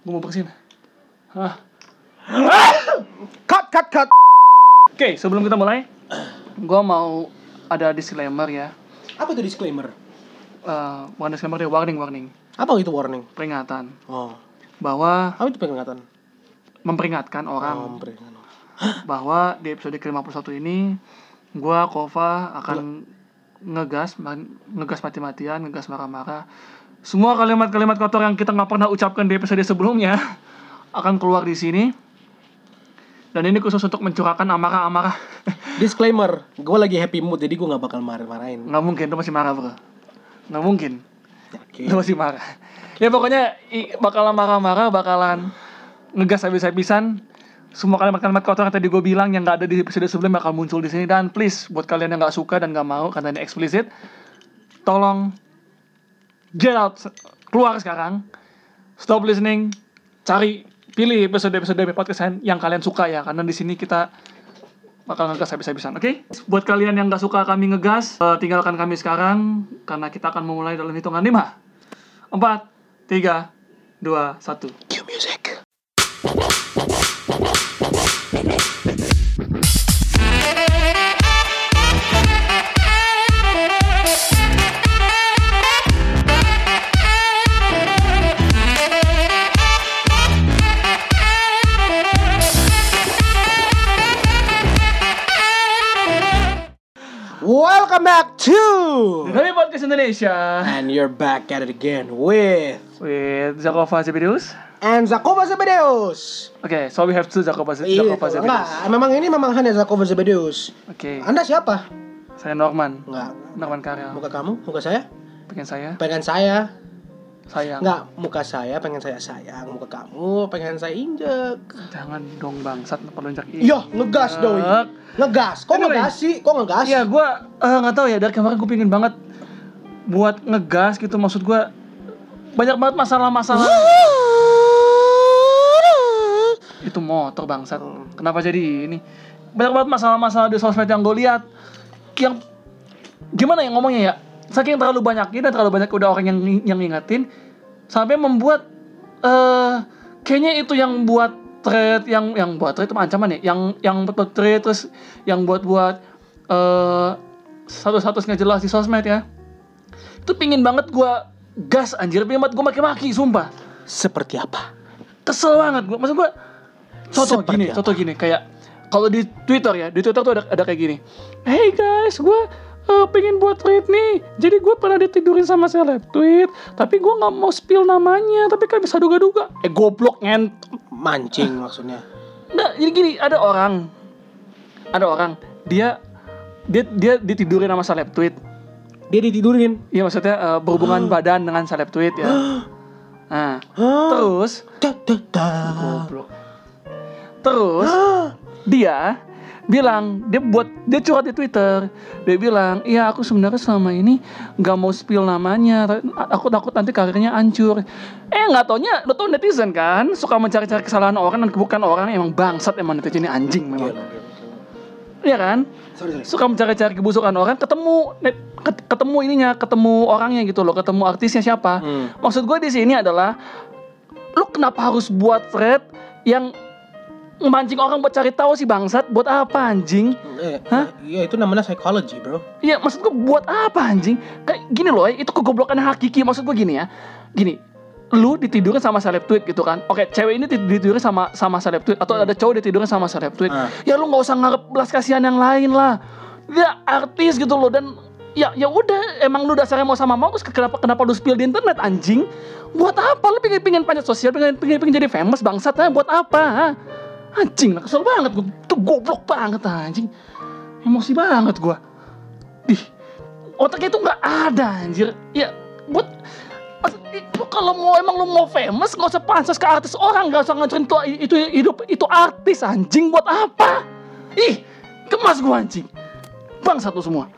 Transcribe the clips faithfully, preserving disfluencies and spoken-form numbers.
Gue mau bersihin. Hah? Cut, cut, cut. Oke, okay, sebelum kita mulai, gue mau ada disclaimer ya. Apa itu disclaimer? Uh, bukan disclaimer deh, warning, warning. Apa itu warning? Peringatan. Oh. Bahwa Apa itu peringatan? Memperingatkan orang. Oh, memperingatkan. Bahwa di episode ke lima puluh satu ini, gue, Kova akan ngegas, ngegas mati-matian, ngegas marah-marah. Semua kalimat-kalimat kotor yang kita nggak pernah ucapkan di episode sebelumnya akan keluar di sini. Dan ini khusus untuk mencurahkan amarah-amarah. Disclaimer, gue lagi happy mood, jadi gue nggak bakal marah-marahin. Nggak mungkin, lu masih marah bro. Nggak mungkin. Yakin. Lu masih marah. Ya pokoknya i, bakalan marah-marah, bakalan ngegas habis-habisan. Semua kalimat-kalimat kotor yang tadi gue bilang yang nggak ada di episode sebelumnya bakal muncul di sini. Dan please, buat kalian yang nggak suka dan nggak mau karena ini eksplisit, tolong get out, keluar sekarang. Stop listening, cari, pilih episode-episode podcast yang kalian suka ya, karena di sini kita bakal ngegas habis-habisan, oke? Okay? Buat kalian yang nggak suka kami ngegas, uh, tinggalkan kami sekarang karena kita akan memulai dalam hitungan lima, empat, tiga, dua, satu. Cue music. Welcome back to Kami Podcast Indonesia. And you're back at it again with With Zakova Zebedeus and Zakova Zebedeus. Oke, okay, so we have two Zakova Iya, Zebedeus. enggak, memang ini memang hanya Zakova Zebedeus. Oke. Okay. Anda siapa? Saya Norman. Enggak. Norman Karel. Muka kamu? Muka saya? Pengen saya? Pengen saya. Sayang. Enggak, muka saya pengen saya sayang. Muka kamu pengen saya injek. Jangan dong bangsat, perlu injak ini. Iya, ngegas doi. Ngegas. Kok Anyway, ngegas sih? Kok ngegas? Iya, gue uh, nggak tahu ya, dari kemarin gue pingin banget buat ngegas gitu. Maksud gue banyak banget masalah-masalah. Itu motor bangsat. Kenapa jadi ini? Banyak banget masalah-masalah di sosmed yang gue lihat. Yang gimana ya ngomongnya ya? Saking terlalu banyaknya dan terlalu banyak udah orang yang yang ngingetin sampai membuat uh, kayaknya itu yang buat thread yang yang buat thread itu ancaman ya, yang yang buat thread terus yang buat buat uh, status-status nggak jelas di sosmed ya. Itu pingin banget gue gas anjir, pingin banget gue maki-maki sumpah. Seperti apa? Kesel banget gue, maksud gue contoh Seperti gini, apa? contoh gini kayak kalau di Twitter ya, di Twitter tuh ada ada kayak gini. Hey guys, gue uh, pengen buat tweet nih. Jadi gue pernah ditidurin sama seleb tweet, tapi gue nggak mau spill namanya, tapi kan bisa duga-duga. Eh goblok ngent. Mancing maksudnya. Nggak, jadi gini, ada orang, ada orang dia dia dia ditidurin sama seleb tweet. Dia ditidurin. Iya maksudnya uh, berhubungan badan dengan seleb tweet ya. Nah, terus Da, da, da. goblok. Terus dia bilang, dia buat dia curhat di Twitter. Dia bilang, "Iya, aku sebenarnya selama ini enggak mau spill namanya. Aku takut nanti karirnya hancur." Eh, enggak taunya, lo tau netizen kan, suka mencari-cari kesalahan orang dan bukan orang, emang bangsat emang netizen ini anjing memang. Iya kan? Sorry, sorry. Suka mencari-cari kebusukan orang, ketemu net, ketemu ininya, ketemu orangnya gitu loh, ketemu artisnya siapa. Hmm. Maksud gue di sini adalah lu kenapa harus buat thread yang memancing orang buat cari tahu si bangsat? Buat apa anjing? Eh, Hah? Iya, itu namanya psychology, bro. Iya, maksud gue buat apa anjing? Kayak gini loh, itu kegoblokan hakiki. Maksud gue gini ya. Gini, lu ditidurin sama seleb tweet gitu kan. Oke, cewek ini ditidurin sama sama seleb tweet atau ada cowok ditidurin sama seleb tweet. Ah. Ya lu enggak usah ngarep belas kasihan yang lain lah. Dia artis gitu loh, dan ya ya udah, emang lu dasarnya mau sama mau, terus kenapa kenapa lu spill di internet anjing? Buat apa lu pengen pengen panjat sosial, pengen pengen, pengen jadi famous bangsat, ha? Buat apa? Ha? Anjing, kesel banget gue. Itu goblok banget anjing. Emosi banget gue. Ih, otaknya itu gak ada anjir. Ya, buat lu kalau mau emang lu mau famous, gak usah pansos ke artis orang, gak usah ngancurin itu, itu hidup itu artis anjing. Buat apa? Ih, gemas gue anjing. Bang satu semua.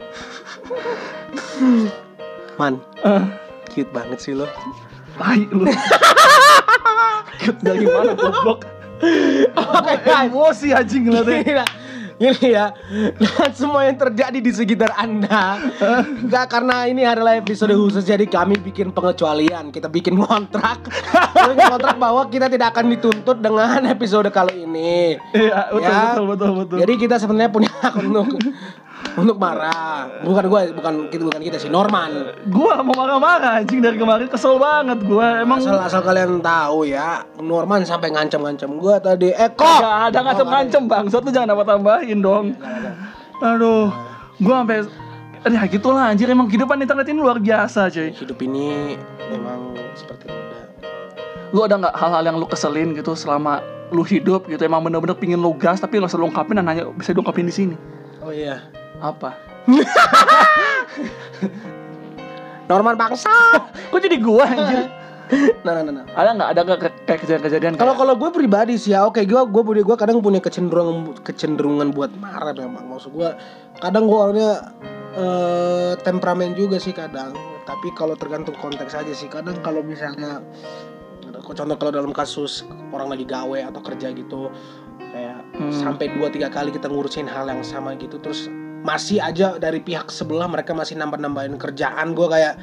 Man, uh, cute banget sih lo. Tai lu. Cute dari mana goblok? Emosi anjing ngeliatnya. Ini ya, dan semua yang terjadi di sekitar Anda. Enggak, karena ini adalah episode khusus, jadi kami bikin pengecualian. Kita bikin kontrak. Kita bikin kontrak bahwa kita tidak akan dituntut dengan episode kali ini. Iya, betul, Ya. betul, betul, betul. Jadi kita sebenarnya punya hak untuk untuk marah. Bukan gue, bukan kita, bukan kita sih, Norman. Gua mau marah-marah anjing dari kemarin, kesel banget gua. Emang Asal asal kalian tahu ya, Norman sampai ngancam-ngancam gue tadi. Eko. Gak ada ngancem-ngancem bang, satu jangan tambah-tambahin dong. Aduh, gua sampai, ya gitulah anjir, emang kehidupan internet ini luar biasa cuy. Hidup ini memang seperti itu. Lu ada nggak hal-hal yang lu keselin gitu selama lu hidup gitu, emang bener-bener pingin lu gas tapi lu selalu ungkapin dan hanya bisa diungkapin di sini? Oh iya. Apa? Norman bangsa. Kok jadi gua anjir? Nah, nah, nah, nah. Ada nggak ada nggak ke- kayak kejadian-kejadian? Kalau kayak- kalau gue pribadi sih ya, oke, gue gue gue kadang punya kecenderungan kecenderungan buat marah memang. Maksud gue kadang gue orangnya eh, temperamen juga sih kadang. Tapi kalau tergantung konteks aja sih. Kadang kalau misalnya contoh kalau dalam kasus orang lagi gawe atau kerja gitu, kayak Hmm. sampai dua tiga kali kita ngurusin hal yang sama gitu, terus masih aja dari pihak sebelah mereka masih nambah-nambahin kerjaan, gue kayak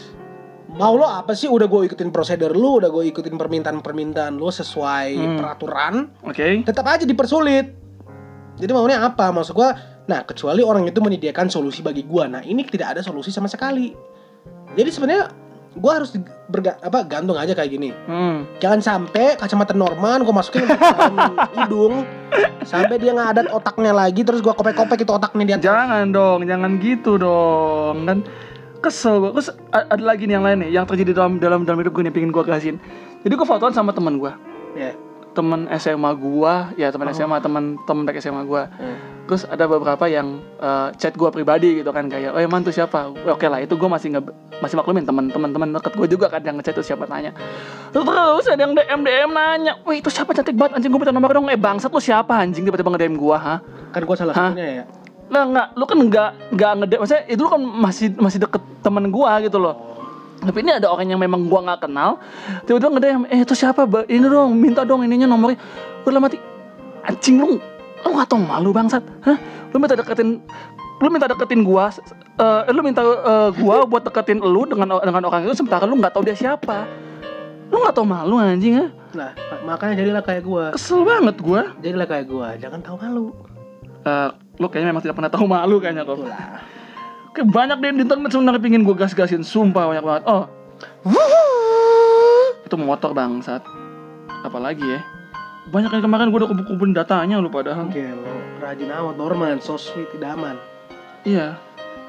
mau lo apa sih, udah gue ikutin prosedur lu, udah gue ikutin permintaan-permintaan lu sesuai Hmm. peraturan, Oke. tetap aja dipersulit. Jadi maunya apa, maksud gue, nah kecuali orang itu menyediakan solusi bagi gue, nah ini tidak ada solusi sama sekali. Jadi sebenarnya gue harus berga, apa gantung aja kayak gini. Hmm. Jangan sampai kacamata Norman gue masukin ke dalam hidung sampai dia ngadat otaknya lagi, terus gue kopek-kopek itu otaknya dia. Jangan dong, jangan gitu dong. Kan kesel gua. Terus a- ada lagi nih yang lain nih yang terjadi dalam dalam dalam hidup gue nih, pengen gue kasihin. Jadi gue fotoan sama teman gue. Ya. Temen S M A gua, ya teman Oh. S M A, teman teman dari S M A gua. Hmm. Terus ada beberapa yang uh, chat gua pribadi gitu kan, kayak, "Oh, Eman tuh siapa?" Oke lah, itu gua masih nggak masih maklumin, teman-teman deket gua juga kan yang ngechat tuh siapa, nanya. Terus, terus ada yang D M D M nanya, "Wih, itu siapa cantik banget anjing, gua minta nomor dong." Eh, bangsat lu siapa anjing, tiba-tiba nge-D M gua, ha? Kan gue salah Hah? satunya ya. Nah, enggak, lu kan enggak enggak nge-D M, maksudnya itu lu kan masih masih deket temen gua gitu loh. Tapi ini ada orang yang memang gua nggak kenal, tiba-tiba nge-D M, "Eh, itu siapa? Ba- Ini dong, minta dong ininya nomornya." Gua dalam hati, anjing lu, lu nggak tau malu bangsat, hah? Lu minta deketin, lu minta deketin gua, eh, lu minta eh, gua buat deketin lu dengan dengan orang itu, sementara lu nggak tahu dia siapa. Lu nggak tau malu anjing, ha? Nah, makanya jadilah kayak gue. Kesel banget gua. Jadilah kayak gue, jangan tahu malu. Eh, lu kayaknya memang tidak pernah tahu malu kayaknya kok. Kayak banyak deh di internet sebenarnya pingin gue gas-gasin, sumpah banyak banget. Oh, itu motor bangsat. Apalagi ya? Banyak yang kemarin gue udah kumpulin datanya lu padahal. Oke, lo rajin amat Norman, so sweet, idaman. Iya.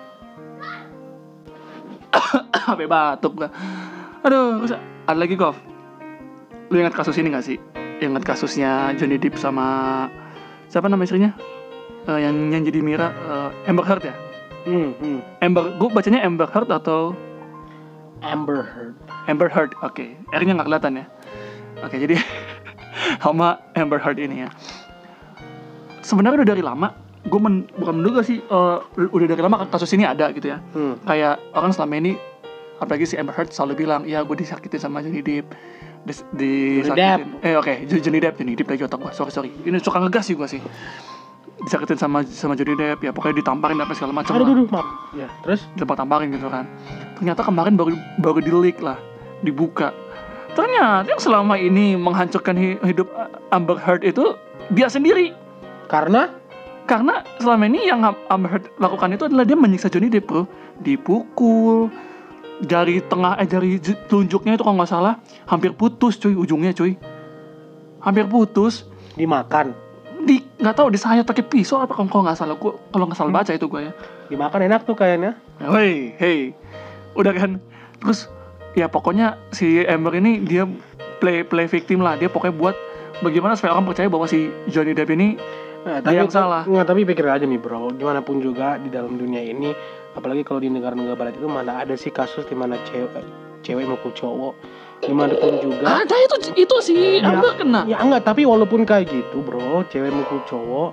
Sampai batuk gua. Aduh, terus ada lagi Kof. Lu ingat kasus ini gak sih? Ingat kasusnya Johnny Depp sama siapa nama istrinya? Eh, yang yang jadi Mira, eh, Amber Heard ya? Hmm, hmm. Amber, gue bacanya Amber Heard atau Amber Heard. Amber Heard, oke, R-nya nggak kelihatan ya. Oke, jadi sama Amber Heard ini ya. Sebenarnya udah dari lama, gue men, bukan menduga sih, uh, udah dari lama kasus ini ada gitu ya. Hmm. Kayak orang selama ini, apalagi si Amber Heard selalu bilang, ya gue disakitin sama Johnny Depp, Dis, disakitin. Eh oke, okay. Johnny Depp, Johnny Depp lagi otak gue, sorry sorry. Ini suka ngegas sih gue sih. Disakitin sama sama Johnny Depp, ya pokoknya ditamparin apa segala macam. Aduh, lah. aduh, maaf. Ya, terus? Ditambah-tambahin gitu kan. Ternyata kemarin baru baru di-leak lah, dibuka. Ternyata yang selama ini menghancurkan hidup Amber Heard itu dia sendiri. Karena? Karena selama ini yang Amber Heard lakukan itu adalah dia menyiksa Johnny Depp, bro. Dipukul, jari tengah, eh jari telunjuknya itu kalau nggak salah hampir putus cuy, ujungnya cuy. Hampir putus. Dimakan. Di nggak tahu disayat pakai pisau apa kalau nggak salah. Gua kalau nggak salah baca itu gue ya. Dimakan enak tuh kayaknya. Hei, hei, udah kan, terus ya pokoknya si Amber ini dia play play victim lah, dia pokoknya buat bagaimana supaya orang percaya bahwa si Johnny Depp ini Nah, dia yang salah. Nggak, tapi pikir aja nih bro, gimana pun juga di dalam dunia ini, apalagi kalau di negara-negara barat itu mana ada sih kasus di mana cewek cewek mukul cowok, gimana pun juga. Ada itu itu si Ya, Amber kena. Ya enggak, tapi walaupun kayak gitu bro, cewek mukul cowok,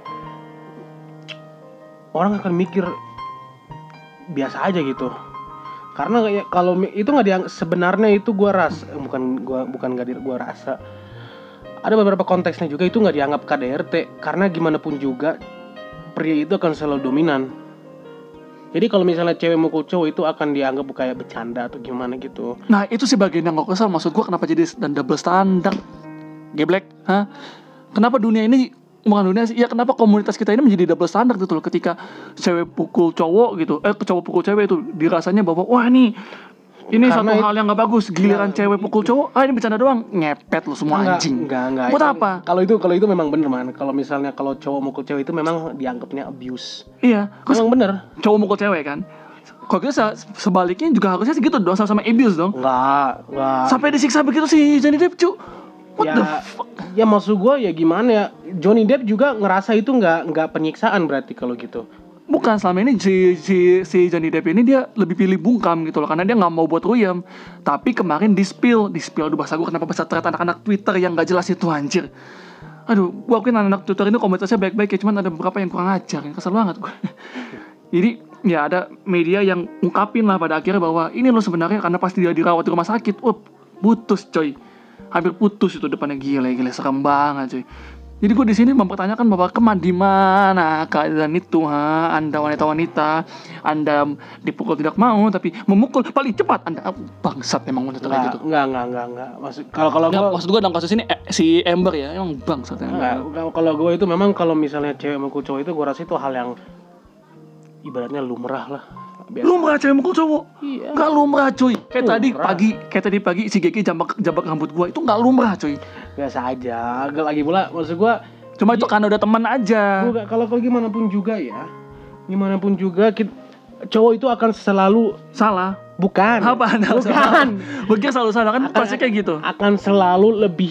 orang akan mikir biasa aja gitu. Karena kayak kalau itu nggak dianggap, sebenarnya itu gua rasa bukan gua bukan nggak gua rasa ada beberapa konteksnya juga itu nggak dianggap K D R T, karena gimana pun juga pria itu akan selalu dominan. Jadi kalau misalnya cewek mukul cowok itu akan dianggap kayak bercanda atau gimana gitu. Nah itu sih bagian yang gak kesal. Maksud gue kenapa jadi dan double standar geblek, hah? Kenapa dunia ini, bukan dunia sih, ya kenapa komunitas kita ini menjadi double standar gitu loh. Ketika cewek pukul cowok gitu, eh cowok pukul cewek itu dirasanya bahwa wah nih ini Karena satu it- hal yang gak bagus. Giliran Enggak. cewek pukul cowok, ah ini bercanda doang. Ngepet lu semua Enggak, anjing. Enggak, enggak. Buat Itu- apa? Kalau itu kalau itu memang bener man. Kalau misalnya kalau cowok mukul cewek itu memang dianggapnya abuse. Iya. Terus Memang bener. cowok mukul cewek kan. Kalau gitu se- sebaliknya juga harusnya segitu dong, sama-sama abuse dong. Enggak, enggak. Sampai disiksa begitu si Johnny Depp cu. What ya, the fuck? ya maksud gue ya gimana ya, Johnny Depp juga ngerasa itu nggak nggak penyiksaan berarti kalau gitu. Bukan, selama ini si, si, si Johnny Depp ini dia lebih pilih bungkam gitu loh. Karena dia gak mau buat ruyam. Tapi kemarin di spill Di spill, aduh bahasa gue kenapa bahasa ternyata anak-anak Twitter yang gak jelas itu anjir. Aduh, gue akuin anak-anak Twitter ini komunitasnya baik-baik ya. Cuman ada beberapa yang kurang ajar, yang kesel banget gue. Jadi ya ada media yang ungkapin lah pada akhirnya bahwa ini loh sebenarnya karena pasti dia dirawat di rumah sakit. Wah, putus coy. Hampir putus itu depannya, gila gila serem banget coy. Jadi gue di sini mempertanyakan bahwa keman di mana keadaan itu, ha? Anda wanita-wanita, Anda dipukul tidak mau tapi memukul paling cepat, Anda bangsat emang wanita kayak Enggak, gitu. enggak, enggak, enggak, enggak. Maksud kalau kalau Nggak, gue maksud gue dalam kasus ini eh, si Amber ya emang bangsat ya. enggak, kalau- kalau gue itu memang kalau misalnya cewek mukul cowok itu gue rasa itu hal yang ibaratnya lumrah lah. Biasa. Lumrah cewek mukul cowok. Iya. Nggak lumrah cuy. Kayak Lumrah. tadi pagi, kayak tadi pagi si Geki jambak jambak rambut gue itu nggak lumrah cuy. Biasa aja. Gak lagi pula maksud gue. Cuma itu karena udah teman aja. Gue kalau kalau gimana pun juga ya, gimana pun juga kit- cowok itu akan selalu Salah. bukan. Apa anda? Bukan. Begitu selalu salah kan Akan- pasti kayak gitu. Akan selalu lebih,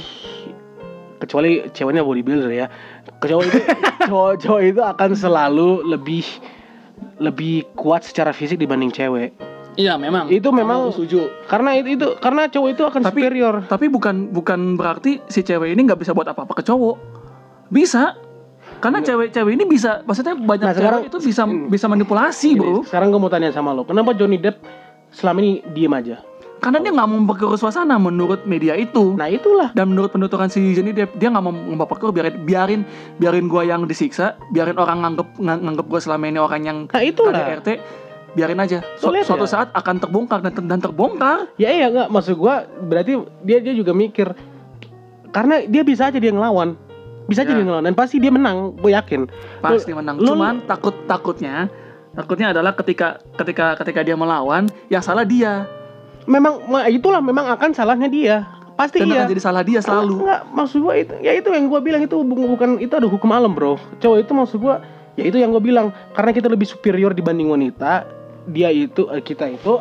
kecuali ceweknya bodybuilder ya. Cowok itu cowok, cowok itu akan selalu lebih lebih kuat secara fisik dibanding cewek. Iya memang. Itu memang Aku setuju. karena itu, itu karena cowok itu akan Tapi- superior. Tapi bukan bukan berarti si cewek ini nggak bisa buat apa-apa ke cowok. Bisa. Karena cewek-cewek ini bisa, maksudnya banyak Nah, sekarang- cewek itu bisa bisa manipulasi, bro. Sekarang gue mau tanya sama lo, kenapa Johnny Depp selama ini diem aja? Karena dia nggak mau memperkeruh suasana menurut media itu. Nah itulah. Dan menurut penuturan si Johnny Depp, dia nggak mau memperkeruh, biarin biarin biarin gua yang disiksa, biarin orang nganggep ng- nganggep gua selama ini orang yang Nah itulah. K D R T, biarin aja. Su- Lihat suatu ya. saat akan terbongkar dan, dan terbongkar. Ya iya nggak, maksud gue berarti dia dia juga mikir, karena dia bisa aja dia ngelawan, bisa aja Ya. dia ngelawan dan pasti dia menang, gue yakin. Pasti Lu- menang. lu- Cuman takut takutnya takutnya adalah ketika ketika ketika dia melawan, yang salah dia. Memang ma- itulah memang akan salahnya dia, pasti Dan iya. akan jadi salah dia selalu. Enggak, maksud gue itu, ya itu yang gue bilang itu bu- bukan itu ada hukum alam bro. Cowok itu maksud gue, ya itu yang gue bilang, karena kita lebih superior dibanding wanita, dia itu eh, kita itu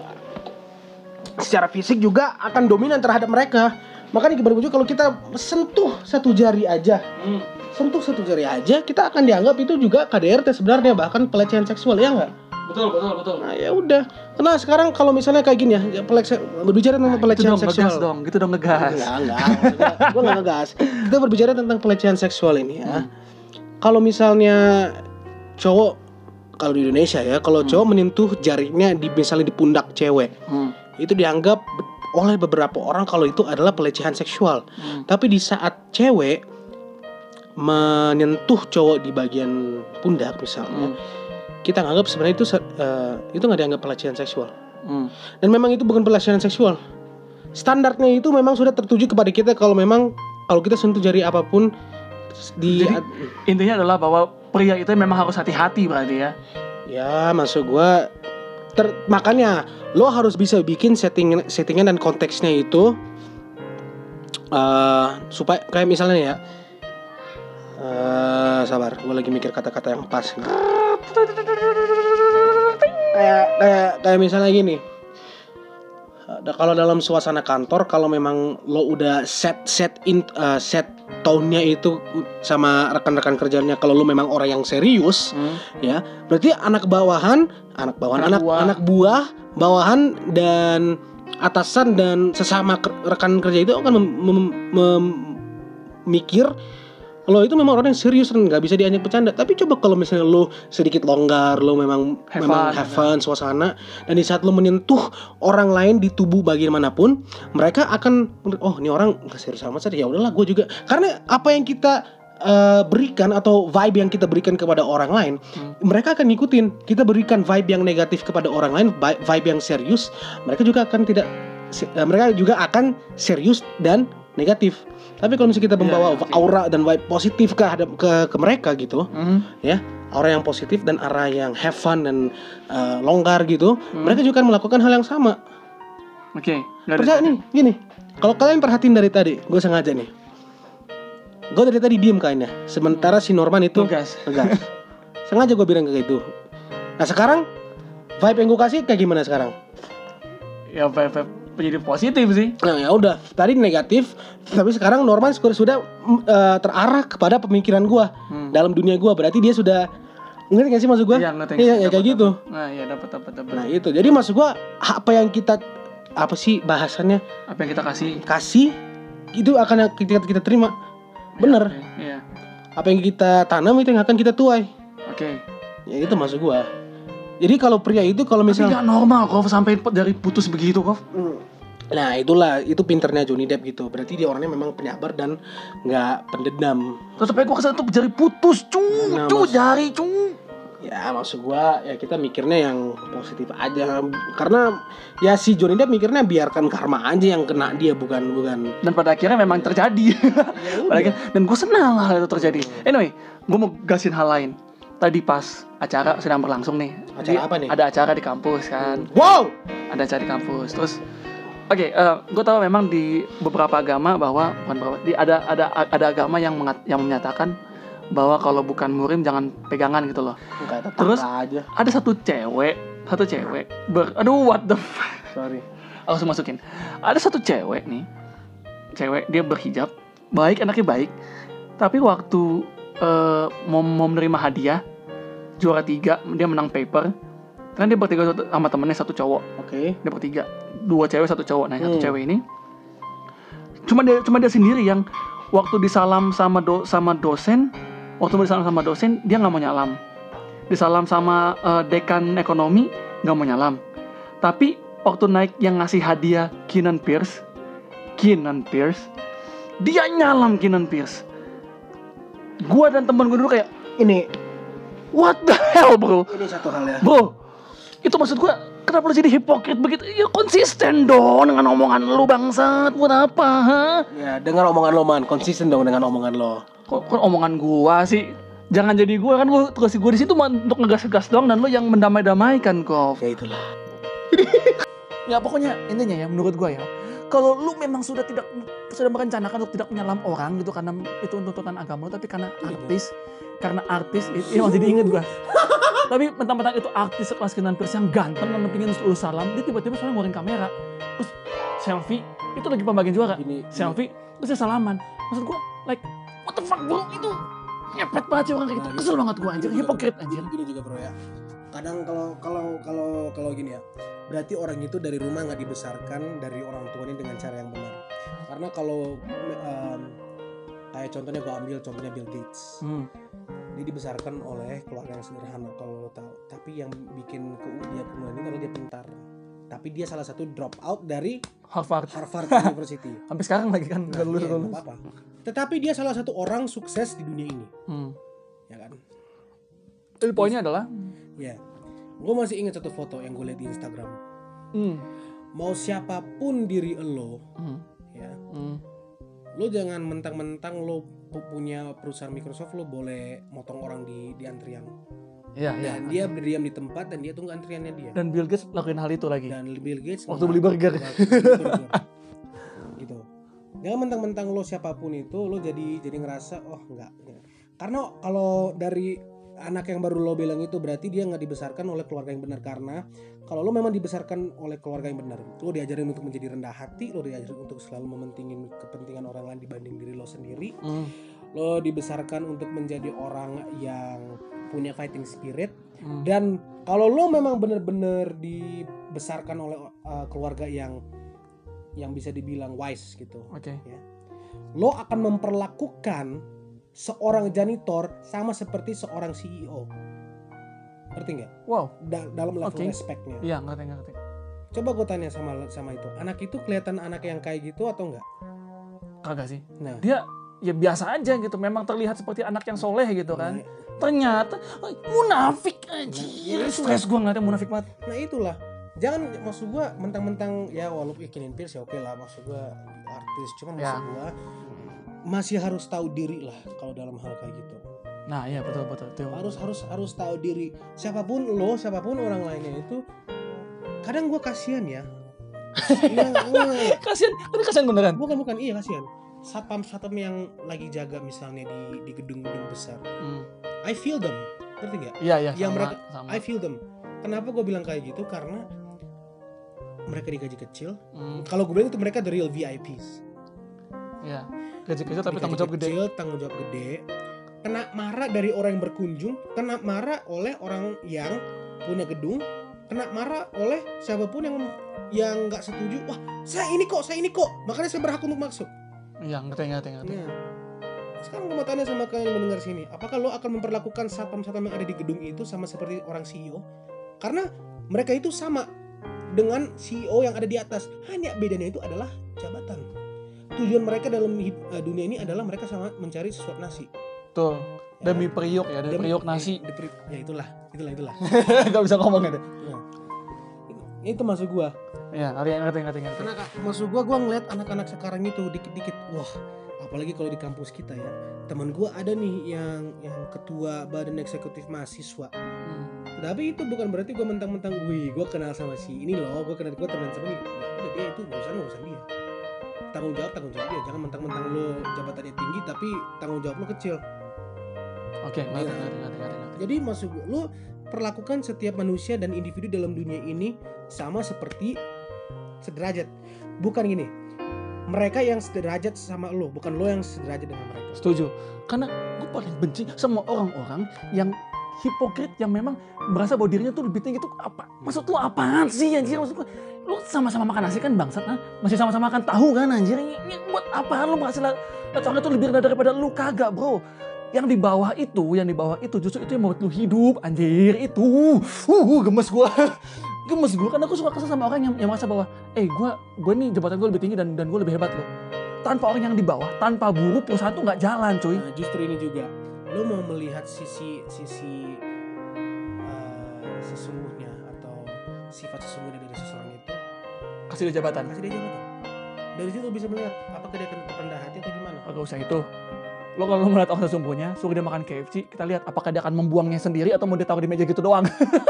secara fisik juga akan dominan terhadap mereka. Makanya gimana pun juga kalau kita sentuh satu jari aja, Hmm. sentuh satu jari aja, kita akan dianggap itu juga K D R T sebenarnya, bahkan pelecehan seksual, ya nggak? Betul betul betul. Nah ya udah, karena sekarang kalau misalnya kayak gini ya, pelece- berbicara tentang Itu pelecehan dong seksual. ngegas dong, gitu dong ngegas. Enggak, enggak. Gue enggak ngegas. Kita berbicara tentang pelecehan seksual ini ya. Hmm. Kalau misalnya cowok, kalau di Indonesia ya, kalau Hmm. cowok menyentuh jarinya di misalnya di pundak cewek, Hmm. itu dianggap be- oleh beberapa orang kalau itu adalah pelecehan seksual. Hmm. Tapi di saat cewek menyentuh cowok di bagian pundak misalnya, Hmm. kita anggap sebenarnya itu se- eh, itu nggak dianggap pelecehan seksual. Hmm. Dan memang itu bukan pelecehan seksual. Standarnya itu memang sudah tertuju kepada kita kalau memang kalau kita sentuh jari apapun di Jadi, intinya adalah bahwa pria itu memang harus hati-hati berarti ya. ya maksud gua ter, makanya lo harus bisa bikin setting settingan dan konteksnya itu eh supaya kayak misalnya ya eh sabar, gua lagi mikir kata-kata yang pas nih. kayak kayak kayak misalnya gini. Da- Kalau dalam suasana kantor, kalau memang lo udah set set in uh, set tone-nya itu sama rekan-rekan kerjanya, kalau lo memang orang yang serius, Hmm. ya, berarti anak bawahan, anak bawahan, Anak anak buah. anak buah, bawahan dan atasan dan sesama ker- rekan kerja itu akan mem- mem- mem- mikir lo itu memang orang yang serius dan nggak bisa diajak bercanda. Tapi coba kalau misalnya lo sedikit longgar, lo memang Have memang fun. have fun suasana, dan di saat lo menyentuh orang lain di tubuh bagian manapun, mereka akan oh ini orang nggak serius amat sih, ya udahlah gue juga. Karena apa yang kita uh, berikan atau vibe yang kita berikan kepada orang lain, hmm. mereka akan ngikutin. Kita berikan vibe yang negatif kepada orang lain, vibe yang serius, mereka juga akan tidak uh, mereka juga akan serius dan negatif. Tapi kalau misalnya kita membawa yeah, yeah, aura dan vibe positif ke ke, ke mereka gitu, hmm. ya, aura yang positif dan arah yang have fun dan uh, longgar gitu, hmm. mereka juga akan melakukan hal yang sama. Oke. Okay. Percaya nih, gini. Kalau kalian perhatiin dari tadi, gue sengaja nih. Gue dari tadi diem kayaknya. Sementara si Norman itu ngegas. Ngegas. Sengaja gue bilang kayak gitu. Nah sekarang vibe yang gue kasih kayak gimana sekarang? Ya vibe, vibe jadi positif sih. Nah ya udah. Tadi negatif, tapi sekarang Norman sudah, sudah uh, terarah kepada pemikiran gue hmm. dalam dunia gue. Berarti dia sudah ngerti gak sih maksud gue? Iya ngerti. Iya ya, kayak gitu. Nah iya dapat dapat dapat. Nah itu. Jadi maksud gue apa yang kita apa sih bahasannya? Apa yang kita kasih? Kasih itu akan kita kita terima. Bener. Iya. Okay, yeah. Apa yang kita tanam itu yang akan kita tuai. Oke. Okay. Ya itu maksud gua. Jadi kalau pria itu kalau misalnya tapi gak normal kok sampai dari putus begitu kok. Nah itulah itu pinternya Johnny Depp gitu. Berarti dia orangnya memang penyabar dan nggak pendendam. Tetep aja gua kesana tuh jari putus cu, nah, cu jari cu. Ya maksud gua ya kita mikirnya yang positif aja. Karena ya si Johnny Depp mikirnya biarkan karma aja yang kena dia, bukan bukan. Dan pada akhirnya memang terjadi. Ya, pada akhirnya, dan gue senang hal itu terjadi. Anyway, gue mau gasin hal lain. Tadi pas acara sedang berlangsung nih. Acara Jadi, apa nih? Ada acara di kampus kan. Wow. Ada acara di kampus. Terus oke, okay, uh, gue tahu memang di beberapa agama bahwa bukan beberapa, di ada ada ada agama yang mengat, yang menyatakan bahwa kalau bukan murim jangan pegangan gitu loh. Enggak, terus aja. Ada satu cewek, satu cewek ber, aduh what the fuck. Sorry. Aku langsung masukin. Ada satu cewek nih, cewek dia berhijab, baik anaknya baik, tapi waktu uh, mau mau menerima hadiah juara tiga, dia menang paper, kan dia bertiga sama temennya satu cowok. Oke. Okay. Dia bertiga, dua cewek satu cowok. Nah hmm. satu cewek ini, cuma dia cuma dia sendiri yang waktu disalam sama do, sama dosen. Waktu disalam sama dosen, dia gak mau nyalam. Disalam sama uh, dekan ekonomi, gak mau nyalam. Tapi waktu naik yang ngasih hadiah Keenan Pierce, Keenan Pierce, dia nyalam Keenan Pierce. Gua dan temen gue dulu kayak, ini what the hell bro? Ini satu hal ya bro, itu maksud gue, kenapa lu jadi hipokrit begitu? Ya konsisten dong dengan omongan lu bangsat. Buat apa? Ha? Ya dengan omongan lo man, konsisten dong dengan omongan lo. Kok, kok omongan gua sih? Jangan jadi gua kan, gua tugas gua di situ untuk ngegas-gas doang dan lu yang mendamai-damaikan kok. Ya itulah. Ya pokoknya intinya ya menurut gua ya, kalau lu memang sudah tidak sudah merencanakan untuk tidak menyalam orang gitu karena itu tuntutan agama lu, tapi karena artis, karena artis itu emang jadi inget gua. Tapi mentang-mentang itu artis sekelas Keenan Pierce yang ganteng dan pengen lu salam, dia tiba-tiba soalnya ngeluarin kamera, terus selfie, itu lagi pembagian juara, ini, selfie, ini. Terus dia salaman. Maksud gua like what the fuck bro, itu ngepet banget sih orang kayak gitu. Nah, kesel banget gue anjir, hipokrit anjir. Gini juga bro ya. Kadang kalau kalau kalau kalau gini ya, berarti orang itu dari rumah nggak dibesarkan dari orang tuanya dengan cara yang benar. Karena kalau um, kayak contohnya gue ambil contohnya Bill Gates, hmm. dia dibesarkan oleh keluarga yang sederhana kalau lo tahu. Tapi yang bikin ke dia kemudian ini adalah dia pintar. Tapi dia salah satu drop out dari Harvard, Harvard University. Sampai sekarang lagi kan nggak lulus lulus. Apa? Tetapi dia salah satu orang sukses di dunia ini, hmm. ya kan? Jadi poinnya adalah, ya, gue masih ingat satu foto yang gue lihat di Instagram. Hmm. Mau siapapun diri lo, hmm. ya, hmm. lo jangan mentang-mentang lo punya perusahaan Microsoft lo boleh motong orang di di antrian. Ya, dan ya. dia berdiam di tempat dan dia tunggu antriannya dia. Dan Bill Gates lakuin hal itu lagi. Dan Bill Gates waktu beli burger. Gitu. Jangan mentang-mentang lo siapapun itu lo jadi jadi ngerasa oh enggak. Karena kalau dari anak yang baru lo bilang itu berarti dia nggak dibesarkan oleh keluarga yang benar. Karena kalau lo memang dibesarkan oleh keluarga yang benar, lo diajarin untuk menjadi rendah hati, lo diajarin untuk selalu mementingin kepentingan orang lain dibanding diri lo sendiri. Mm. Lo dibesarkan untuk menjadi orang yang punya fighting spirit. Mm. Dan kalau lo memang benar-benar dibesarkan oleh uh, keluarga yang yang bisa dibilang wise gitu, okay. ya, lo akan memperlakukan seorang janitor sama seperti seorang C E O. Ngerti nggak? Wow. Da- dalam level okay. respectnya. Iya, ngerti ngerti. Coba gue tanya sama sama itu, anak itu kelihatan anak yang kayak gitu atau enggak? Kagak sih. Nah, dia ya biasa aja gitu, memang terlihat seperti anak yang soleh gitu kan. Ternyata munafik anjir. Stres gue ngeliatnya munafik banget. Nah itulah, jangan maksud gue mentang-mentang ya walaupun Keenan Pierce ya oke lah, maksud gue artis, cuman Ya. maksud gue masih harus tahu diri lah kalau dalam hal kayak gitu. Nah iya betul betul, betul. Harus harus harus tahu diri. Siapapun lo, siapapun orang lainnya itu, kadang gue kasihan ya. Iya, gue- Kasian, tapi kasian beneran. bukan bukan iya kasihan. Satpam satpam yang lagi jaga misalnya di di gedung-gedung besar. Hmm. I feel them, ngerti nggak? Iya iya. Yang sama, mereka, sama. I feel them. Kenapa gue bilang kayak gitu? Karena mereka digaji kecil. Hmm. Kalau gue bilang itu mereka the real V I Ps. Iya. Gaji kecil tapi Digaji tanggung jawab gede. kecil, tanggung jawab gede. Kena marah dari orang yang berkunjung, kena marah oleh orang yang punya gedung, kena marah oleh siapapun yang yang nggak setuju. Wah, saya ini kok, saya ini kok. Makanya saya berhak untuk masuk. Iya ngerti ngerti ngerti. Nah, sekarang gue mau tanya sama kalian yang mendengar sini, apakah lo akan memperlakukan satpam-satpam yang ada di gedung itu sama seperti orang C E O? Karena mereka itu sama dengan C E O yang ada di atas, hanya bedanya itu adalah jabatan. Tujuan mereka dalam hid- uh, dunia ini adalah mereka sama mencari sesuap nasi. Tuh. Demi periuk ya, demi Demi- periuk nasi. eh, demi- ya itulah, itulah, itulah. Gak bisa ngomong gitu. Nah, itu maksud gue. Iya ngerti ngerti ngerti ngerti. Karena maksud gue, gue ngeliat anak-anak sekarang itu dikit-dikit, wah, apalagi kalau di kampus kita ya, teman gue ada nih yang yang ketua badan eksekutif mahasiswa. Hmm. Tapi itu bukan berarti gue mentang-mentang, wih, gue kenal sama si ini loh, gue kenal, gue teman sama ini. Ya udah, dia itu urusan urusan dia. Tanggung jawab tanggung jawab dia. Jangan mentang-mentang lo jabatannya tinggi tapi tanggung jawab lo kecil. Oke ngerti Iya. ngerti ngerti ngerti. ngerti. Jadi maksud gue, lo perlakukan setiap manusia dan individu dalam dunia ini sama seperti sederajat. Bukan gini, mereka yang sederajat sama lo, bukan lo yang sederajat dengan mereka. Setuju. Karena gue paling benci sama orang-orang yang hipokrit, yang memang merasa bahwa dirinya tuh lebih tinggi. Tuh apa? Maksud lu apaan sih anjir? Maksud gue, lu sama-sama makan nasi kan bangsat, nah? Masih sama-sama makan tahu kan anjir? Ini, ini buat apaan lu merasa orang itu lebih rendah daripada lu? Kagak bro. Yang di bawah itu, yang di bawah itu justru itu yang membuat lu hidup anjir. Itu uh gemes gue. Gemes gue karena aku suka kesel sama orang yang, yang merasa bahwa eh gue gue nih jabatan gue lebih tinggi dan dan gue lebih hebat loh. Tanpa orang yang di bawah, tanpa buruh perusahaan tuh nggak jalan cuy. Nah, justru ini juga, lo mau melihat sisi sisi uh, sesungguhnya atau sifat sesungguhnya dari seseorang itu, Kasih dia jabatan. kasih dia jabatan. Dari situ lo bisa melihat apakah dia akan tetap rendah hati atau gimana. Gak usah itu. Lo kalau lo melihat orang sesungguhnya, suruh dia makan K F C, kita lihat apakah dia akan membuangnya sendiri atau mau ditaruh di meja gitu doang.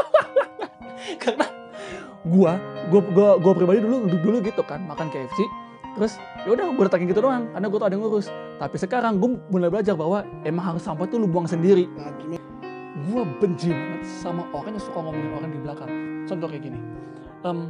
Karena gua, gua, gua, gua pribadi dulu dulu gitu kan, makan K F C, terus ya udah gua letakin gitu doang, karena gua tuh ada yang ngurus. Tapi sekarang gua mulai belajar bahwa emang harus sampah tuh lu buang sendiri. Nah, gimana? Gua benci banget sama orang yang suka ngomongin orang di belakang. Contoh kayak gini. Um,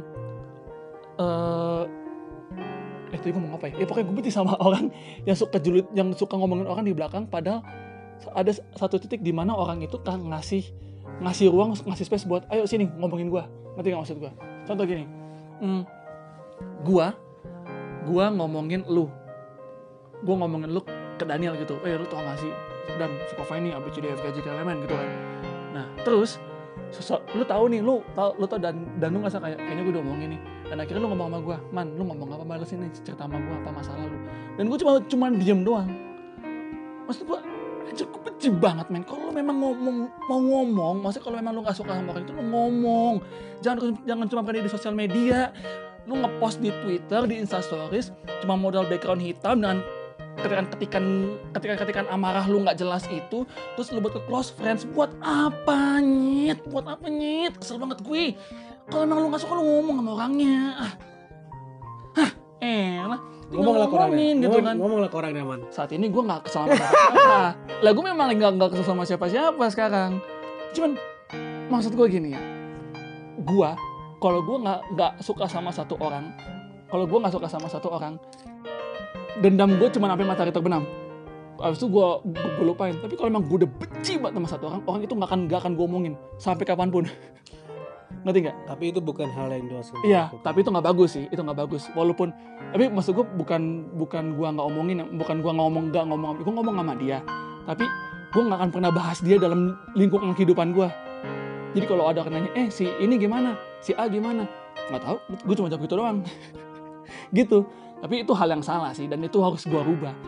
uh, eh tadi ngomong apa ya? Ya pokoknya gue benci sama orang yang suka julid, yang suka ngomongin orang di belakang. Padahal ada satu titik di mana orang itu kan ngasih ngasih ruang, ngasih space buat ayo sini ngomongin gue. Ngerti gak maksud gue? Contoh gini. Hmm, gua gua ngomongin lu. Gua ngomongin lu ke Daniel gitu. Eh lu tau gak sih? Dan suka ini A B C D F G H K L M N gitu kan. Nah terus sosok, lu tahu nih, lu tahu lu tahu dan dan lu ngerasa kayak kayaknya gue udah ngomongin nih. Dan akhirnya lu ngomong sama gue, man, lu ngomong apa balas ini cerita sama gue apa masalah lu. Dan gue cuma cuma diem doang. Maksud gue, anjir gue benci banget men. Kalau lu memang ngomong mau ngomong, maksudnya kalau memang lu nggak suka sama orang itu lu ngomong. Jangan jangan cuma berani di sosial media. Lu ngepost di Twitter, di Instastories, cuma modal background hitam dengan ketikan-ketikan ketikan-ketikan amarah lu nggak jelas itu, terus lu buat ke close friends buat apa nyet? Buat apa nyet? Kesel banget gue. Kalau emang lu nggak suka lu ngomong sama orangnya. Ah, hah, elah. Ngomonglah ke orangnya, gitu ngomong, kan. ngomonglah ke orangnya man. Saat ini gue nggak kesel sama siapa. Lah gue memang nggak nggak kesel sama siapa-siapa sekarang. Cuman maksud gue gini ya. Gue kalau gue nggak nggak suka sama satu orang, kalau gue nggak suka sama satu orang, dendam gue cuma sampai matahari terbenam. Abis itu gue gue lupain. Tapi kalau emang gue udah benci banget sama satu orang, orang itu nggak akan nggak akan gue omongin sampai kapanpun. Ngerti nggak? Tapi itu bukan hal yang dosa. Iya, tapi itu nggak bagus sih, itu nggak bagus. Walaupun, tapi maksud gue bukan bukan gue nggak omongin, bukan gue ngomong nggak ngomong, gue ngomong sama dia. Tapi gue nggak akan pernah bahas dia dalam lingkungan kehidupan gue. Jadi kalau ada orang nanya, eh si ini gimana, si A gimana, nggak tahu, gue cuma jawab gitu doang. Gitu. Tapi itu hal yang salah sih, dan itu harus gue rubah. Hmm.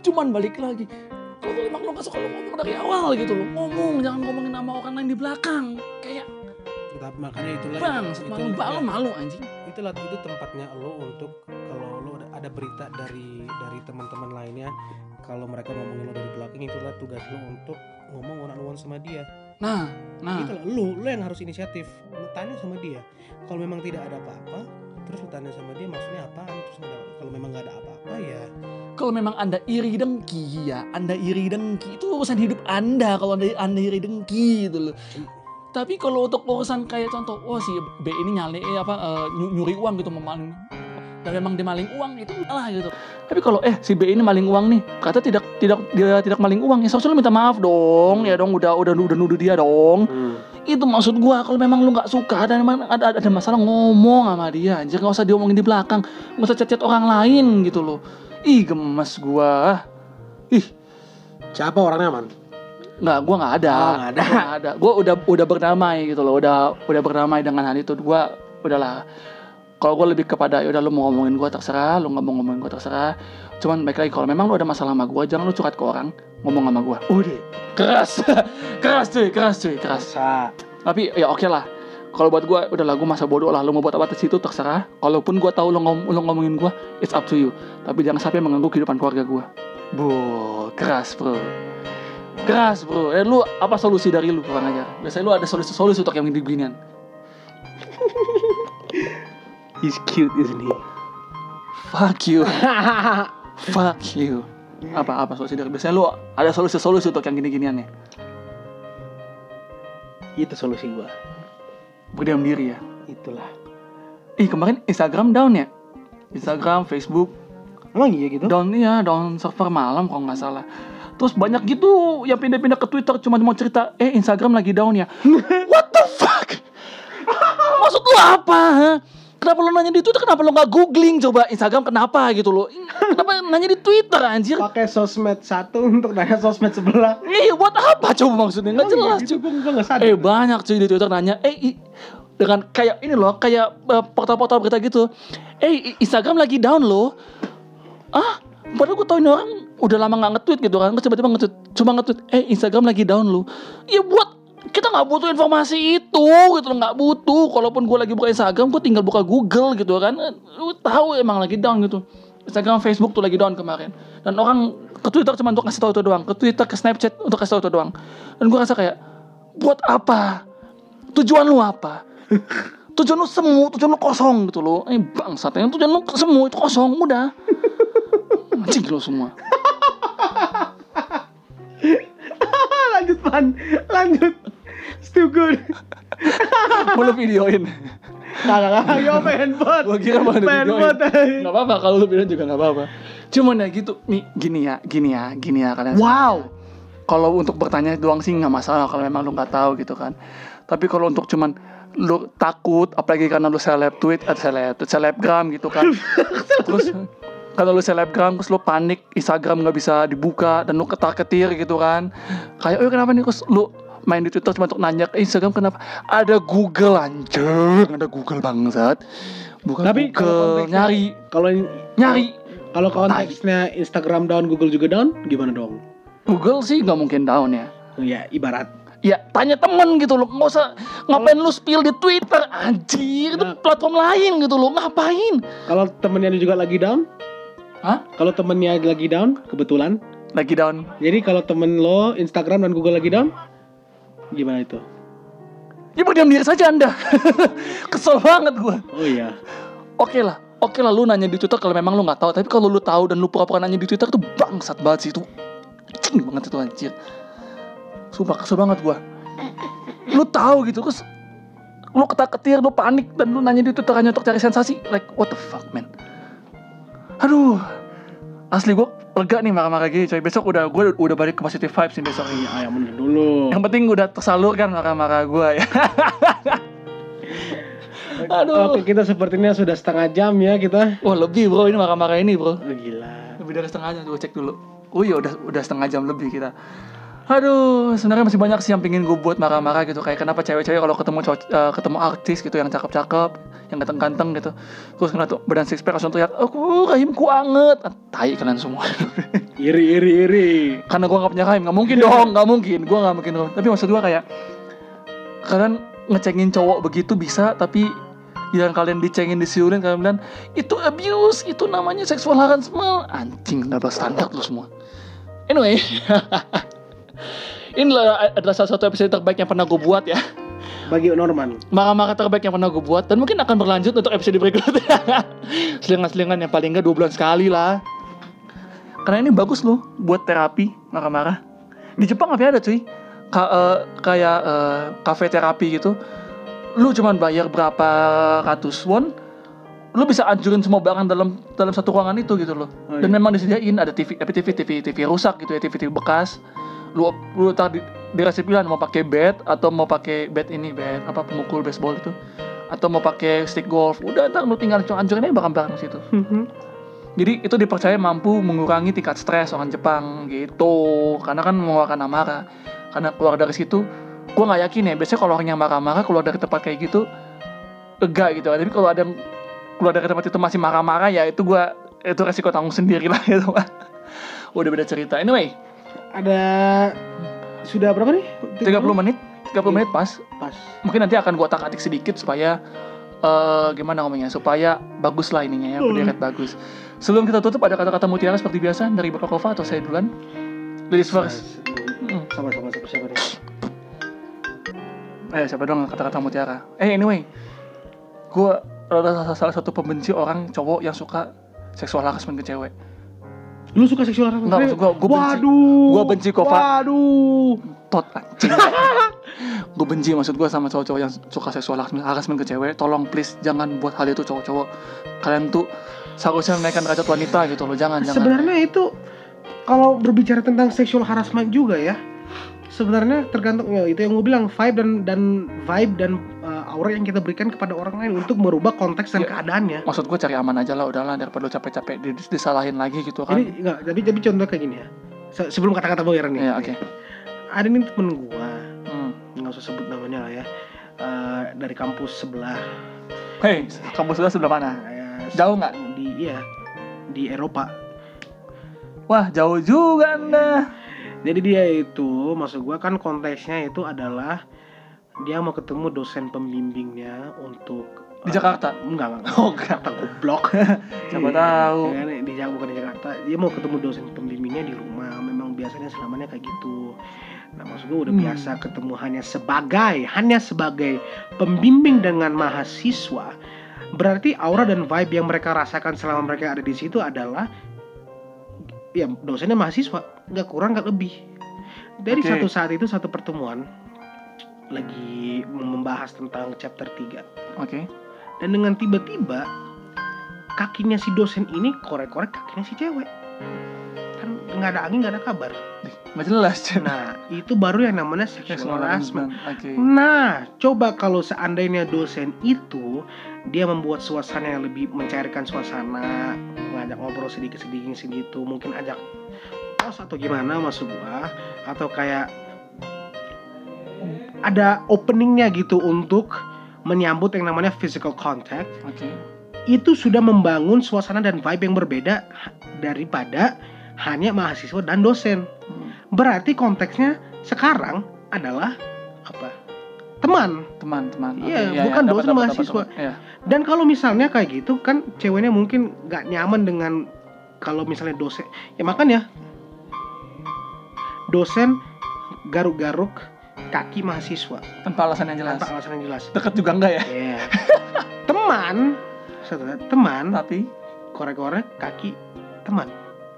Cuman balik lagi, kalau emang lo gak suka lo ngomong dari awal gitu lo, ngomong, jangan ngomongin nama orang lain di belakang. Kayak Tapi makanya itulah bang, itu, malu malu malu anjing. itulah itu tempatnya lo untuk kalau lo ada, ada berita dari dari teman-teman lainnya, kalau mereka ngomongin lo dari belakang, itulah tugas lo untuk ngomong one on one sama dia. Nah, nah. Itulah lo, lo yang harus inisiatif. Lo tanya sama dia. Kalau memang tidak ada apa-apa, terus lo tanya sama dia maksudnya apaan, terus ada, kalau memang nggak ada apa-apa ya. Kalau memang Anda iri dengki ya, Anda iri dengki itu urusan hidup Anda. Kalau Anda, anda iri dengki gitu loh. Tapi kalau untuk urusan kayak contoh, oh si B ini nyali eh, apa uh, nyuri uang gitu, memaling, dan memang dia maling uang itu lah gitu. Tapi kalau eh si B ini maling uang nih, kata tidak tidak dia tidak maling uang, ya seharusnya lu minta maaf dong, ya dong udah udah udah nuduh dia dong. Hmm. Itu maksud gua, kalau memang lu nggak suka dan memang ada ada masalah, ngomong sama dia, anjir, nggak usah diomongin di belakang, nggak usah chat-chat orang lain gitu loh. Ih gemes gua. Ih, siapa orangnya, Man? Nggak, gue nggak ada, oh, nggak ada, gue nggak ada, gue udah udah berdamai gitu loh, udah udah berdamai dengan hal itu, gue udahlah. Kalau gue lebih kepada ya udah lu mau ngomongin gue terserah, lu nggak mau ngomongin gue terserah. Cuman baik lagi, kalau memang lu ada masalah sama gue, jangan lu curhat ke orang, ngomong sama gue. Udah, keras, keras cuy, keras cuy, keras. Sa. Tapi ya oke okay lah. Kalau buat gue, udahlah, gue masa bodoh lah, lu mau buat apa di situ terserah. Kalaupun gue tahu lu, ngom- lu ngomongin gue, it's up to you. Tapi jangan sampai mengganggu kehidupan keluarga gue. Bu, keras bro. Keras bro, eh lu apa solusi dari lu kurang aja? Biasanya lu ada solusi-solusi untuk yang beginian. He's cute, isn't he? Fuck you. Fuck you. Apa apa solusi dari? Biasanya lu ada solusi-solusi untuk yang gini-ginian nih. Itu solusi gua. Berdiam diri ya. Itulah. Ih kemarin Instagram down ya? Instagram, Facebook. Emang iya gitu? Down iya, down server malam kalau nggak salah. Terus banyak gitu yang pindah-pindah ke Twitter cuma mau cerita, eh Instagram lagi down ya. What the fuck? Maksud lu apa? Ha? Kenapa lu nanya di Twitter? Kenapa lu gak googling coba Instagram kenapa gitu loh? Kenapa nanya di Twitter anjir? Pakai sosmed satu untuk nanya sosmed sebelah. Eh buat apa coba maksudnya? Gak jelas gitu, cuy. gua gak sadar. Eh banyak cuy di Twitter nanya, eh i- dengan kayak ini loh, kayak uh, portal-portal berita gitu. Eh Instagram lagi down loh. Ah, padahal gue tau ini orang udah lama gak nge-tweet gitu kan. Terus tiba-tiba nge-tweet, cuma nge-tweet, eh Instagram lagi down loh. Ya buat, kita gak butuh informasi itu gitu loh, gak butuh. Kalaupun gue lagi buka Instagram, gue tinggal buka Google gitu kan. Lu tahu emang lagi down gitu. Instagram, Facebook tuh lagi down kemarin. Dan orang ke Twitter cuma untuk kasih tahu itu doang. Ke Twitter, ke Snapchat untuk kasih tahu itu doang. Dan gue rasa kayak, buat apa? Tujuan lu apa? Tujuan lu semu, tujuan lu kosong gitu loh. Eh bangsatnya, tujuan lu semu, itu kosong, udah. Anjing lo semua. Lanjut Pan, lanjut. Still good. Mau lu videoin? Kagak kagak, yo pengen buat. Gua kira mau pengen videoin. buat. Gak apa-apa, kalau lu videoin juga gak apa-apa. Cuman ya gitu, nih gini ya, gini ya, gini ya kalian. Wow. Kalau untuk bertanya doang sih gak masalah kalau memang lu gak tahu gitu kan. Tapi kalau untuk cuman lu takut, apalagi karena lu seleb tweet, atau seleb, selebgram gitu kan. Terus kalau lu selebgram, terus lu panik, Instagram gak bisa dibuka, dan lu ketar-ketir gitu kan. Kayak, oh kenapa nih, terus lu main di Twitter cuma untuk nanya ke Instagram kenapa. Ada Google anjir, ada Google bangsat. Bukan tapi Google, nyari. Kalau Nyari. Kalau konteksnya Instagram down, Google juga down, gimana dong? Google sih gak mungkin down ya. Ya, ibarat. Ya, tanya temen gitu loh. Nggak usah ngapain lu spill di Twitter. Anjir, itu Nah. platform lain gitu loh. Ngapain? Kalau temennya juga lagi down? Hah? Kalau temennya lagi down, kebetulan. Lagi down. Jadi kalau temen lo Instagram dan Google lagi down, gimana itu? Ya berdiam diri saja Anda. Kesel banget gue. Oh iya. Oke lah. Oke lah lu nanya di Twitter kalau memang lu gak tahu. Tapi kalau lu tahu dan lu pura-pura nanya di Twitter tuh bangsat banget sih. Itu cing banget itu anjir. Sumpah kesel banget gue. Lu tahu gitu. Terus lu ketar-ketir, lu panik. Dan lu nanya di Twitter hanya untuk cari sensasi. Like what the fuck man. Aduh. Asli gue lega nih marah-marah gini coy. Besok udah gue udah balik ke positive vibes nih besok. Iya, yang bener dulu. Yang penting udah tersalurkan marah-marah gue ya. Aduh. Oke, kita sepertinya sudah setengah jam ya kita. Wah lebih bro, ini marah-marah ini bro. Oh, gila. Lebih dari setengah jam, gue cek dulu. Oh iya udah udah setengah jam lebih kita. Aduh, sebenarnya masih banyak sih yang pingin gue buat marah-marah gitu. Kayak kenapa cewek-cewek kalau ketemu cowok, uh, ketemu artis gitu yang cakep-cakep, yang ganteng-ganteng gitu. Terus ngeliat tuh badan six pack langsung teriak, aku rahimku anget. Ah, tai kalian semua. Iri iri iri. Karena gue gak punya rahim, gak mungkin dong, gak mungkin. Gue gak mungkin dong. Tapi maksud gue kayak kalian ngecengin cowok begitu bisa, tapi yang kalian dicengin, disiulin, kalian bilang itu abuse, itu namanya sexual harassment. Anjing, double standar lu semua. Anyway, inilah adalah salah satu episode terbaik yang pernah gue buat ya. Bagi Norman. Marah-marah terbaik yang pernah gue buat. Dan mungkin akan berlanjut untuk episode berikutnya. Selingan-selingan yang paling gak dua bulan sekali lah. Karena ini bagus loh buat terapi marah-marah. Di Jepang apa ada cuy? Ka- uh, kayak uh, cafe terapi gitu. Lu cuman bayar berapa ratus won, lu bisa anjurin semua barang dalam dalam satu ruangan itu gitu loh. Oh, iya. Dan memang disediain ada T V, T V, T V, T V rusak gitu ya, T V, T V bekas. Lu lu tadi dikasih pilihan mau pakai bat atau mau pakai bat ini, bat apa pemukul baseball itu, atau mau pakai stick golf. Udah ntar lu tinggal anjurin aja barang-barang situ. Jadi itu dipercaya mampu mengurangi tingkat stres orang Jepang gitu. Karena kan mengeluarkan amarah. Karena keluar dari situ, gue nggak yakin ya. Biasanya kalau orang yang marah-marah keluar dari tempat kayak gitu lega gitu. Tapi kalau ada yang keluar dari tempat itu masih marah-marah, ya itu gue itu resiko tanggung sendiri lah gitu. Udah beda cerita. Anyway, ada sudah berapa nih? tiga puluh menit, tiga puluh menit pas. Pas. Mungkin nanti akan gue otak-atik sedikit supaya uh, gimana ngomongnya, supaya bagus lah ininya ya, berderet bagus. Sebelum kita tutup, ada kata-kata mutiara seperti biasa dari Bapak Kova atau saya duluan? Ladies first. Sama-sama siapa siapa nih? Eh siapa dong kata-kata mutiara? Eh anyway, gue adalah salah satu pembenci orang cowok yang suka seksual harassment ke cewek. Lu suka seksual harassment? Enggak, maksud gue, gue benci. Waduh. Gue benci Kova. Waduh. Tot anjing. Gue benci maksud gue sama cowok-cowok yang suka seksual harassment ke cewek. Tolong please jangan buat hal itu cowok-cowok. Kalian tuh seharusnya menaikkan derajat wanita gitu loh. Jangan, jangan. Sebenarnya itu kalau berbicara tentang sexual harassment juga ya, sebenarnya tergantung ya, itu yang gue bilang vibe dan dan vibe dan uh, aura yang kita berikan kepada orang lain untuk merubah konteks dan ya, keadaannya. Maksud gue cari aman aja lah, udahlah daripada lu capek-capek dis- disalahin lagi gitu kan. Jadi enggak, tapi tapi contoh kayak gini ya. Se- sebelum kata-kata boyaran nih. Iya, oke. Okay. Ada nih temen gue, hmm. nggak usah sebut namanya lah ya, uh, dari kampus sebelah. Hei, kampus sebelah sebelah mana? Ya, jauh nggak? Di iya, di Eropa. Wah, jauh juga Anda. Jadi dia itu, maksud gue kan konteksnya itu adalah dia mau ketemu dosen pembimbingnya untuk di uh, Jakarta. Enggak, enggak. Oh, Jakarta goblok. Siapa tahu. Ya, di Jakarta bukan di Jakarta. Dia mau ketemu dosen pembimbingnya di rumah. Memang biasanya selamanya kayak gitu. Nah, maksud gue udah hmm. biasa ketemu hanya sebagai hanya sebagai pembimbing dengan mahasiswa. Berarti aura dan vibe yang mereka rasakan selama mereka ada di situ adalah ya dosennya mahasiswa, nggak kurang nggak lebih. Dari okay. satu saat itu satu pertemuan lagi membahas tentang chapter tiga. Oke. Okay. Dan dengan tiba-tiba kakinya si dosen ini korek-korek kakinya si cewek. Kan nggak ada angin, nggak ada kabar. Nggak jelas. Nah, itu baru yang namanya sexual harassment. Okay. Nah, coba kalau seandainya dosen itu dia membuat suasana yang lebih mencairkan suasana, ngajak ngobrol sedikit-sedikit segitu, mungkin ajak tos atau gimana maksud gua, atau kayak ada openingnya gitu untuk menyambut yang namanya physical contact. Okay. Itu sudah membangun suasana dan vibe yang berbeda daripada hanya mahasiswa dan dosen. Hmm. Berarti konteksnya sekarang adalah apa? Teman. Teman, teman. Iya, okay, bukan ya, dosen dapat, mahasiswa. dapat, dapat, ya. Dan kalau misalnya kayak gitu kan ceweknya mungkin nggak nyaman dengan kalau misalnya dosen. Ya makanya dosen garuk-garuk kaki mahasiswa tanpa alasan yang jelas. Tanpa alasan yang jelas. Dekat juga enggak ya? Yeah. Teman, teman. Tapi korek-korek kaki teman.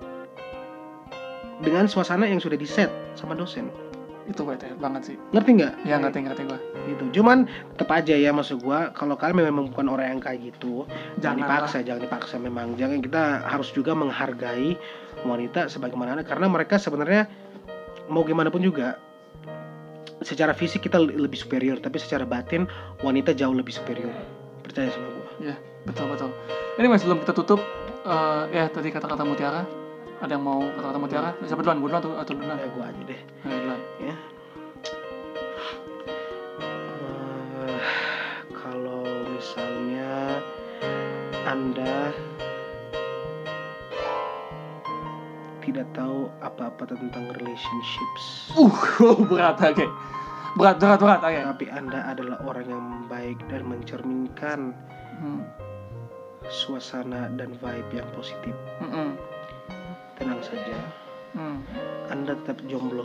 Dengan suasana yang sudah di-set sama dosen. Itu bete banget sih. Ngerti nggak? Ya ngerti ngerti gue. Gitu. Cuman tetap aja ya maksud gue, kalau kalian memang bukan orang yang kayak gitu, jangan dipaksa, jangan dipaksa memang. Jangan, kita harus juga menghargai wanita sebagaimana, karena mereka sebenarnya mau gimana pun juga secara fisik kita lebih superior, tapi secara batin wanita jauh lebih superior. Percaya sama gue. Ya betul betul. Ini mas sebelum kita tutup, uh, ya tadi kata-kata mutiara. Ada yang mau kata-kata mutiara? Siapa duluan? Gue duluan atau, atau duluan? Ya gue aja deh. Ya, duluan. Ya. Uh, kalau misalnya Anda tidak tahu apa-apa tentang relationships. Uh, berat oke. Berat, berat, berat oke. Tapi Anda adalah orang yang baik dan mencerminkan Hmm. suasana dan vibe yang positif. Mm-mm. Tenang saja, Hmm. Anda tetap jomblo.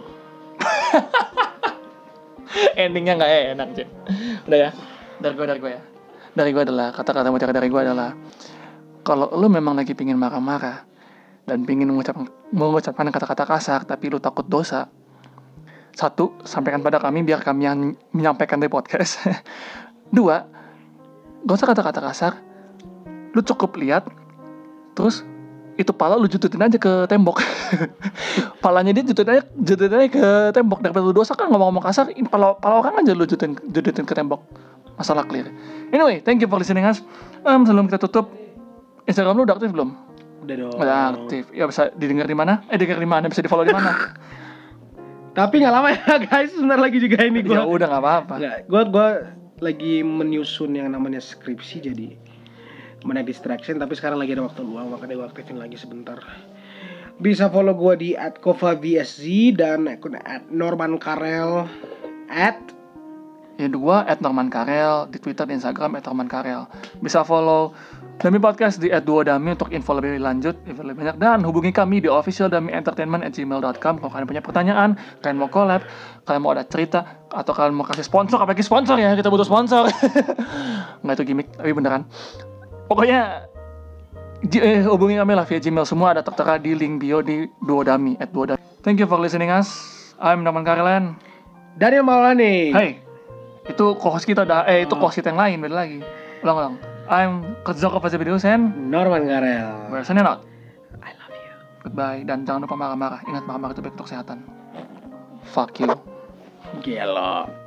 Endingnya nggak enak sih. Udah ya, dari gue dari gue ya. Dari gue adalah kata-kata mutiara dari gue adalah kalau lu memang lagi pingin marah-marah dan pingin mengucapkan mengucapkan kata-kata kasar tapi lu takut dosa, satu, sampaikan pada kami biar kami yang menyampaikan di podcast. Dua, gak usah kata-kata kasar, lu cukup lihat, terus itu pala lu jututin aja ke tembok. Palanya dia jututin aja, jututin aja ke tembok. Daripada lu dosa kan ngomong-ngomong kasar, ini pala, pala orang aja lu jututin, jututin ke tembok. Masalah clear. Anyway, thank you for listening us. Um, sebelum kita tutup, Instagram lu udah aktif belum? Udah dong. Udah aktif. Ya bisa didengar di mana? Eh dengar di mana? Bisa di follow di mana? Tapi nggak lama ya guys, sebentar lagi juga ini gue. Ya udah nggak apa-apa. Gue gue lagi menyusun yang namanya skripsi, jadi mana distraction. Tapi sekarang lagi ada waktu luang, makanya gue aktifin lagi sebentar. Bisa follow gue di at kovavsz dan akun at normankarel at Yang dua, at Norman Karel, di Twitter, di Instagram, at Norman Karel. Bisa follow Dami Podcast di at duodami untuk info lebih lanjut, info lebih banyak. Dan hubungi kami di official dami entertainment at gmail dot com kalau kalian punya pertanyaan, kalian mau collab, kalian mau ada cerita, atau kalian mau kasih sponsor, apalagi sponsor ya, kita butuh sponsor. Nggak itu gimmick, tapi beneran. Pokoknya, j- eh, hubungi kami lah via Gmail, semua ada tertera di link bio di duodami, at duodami. Thank you for listening us. I'm Norman Karel. Daniel Maulani. Hey, itu co-host kita dah, eh itu co-host kita yang lain, beda lagi. Ulang-ulang. I'm Kezoko Fazebidusen. Norman Karel. We're signing out. I love you. Goodbye. Dan jangan lupa marah-marah. Ingat marah-marah itu baik untuk kesehatan. Fuck you. Gelo.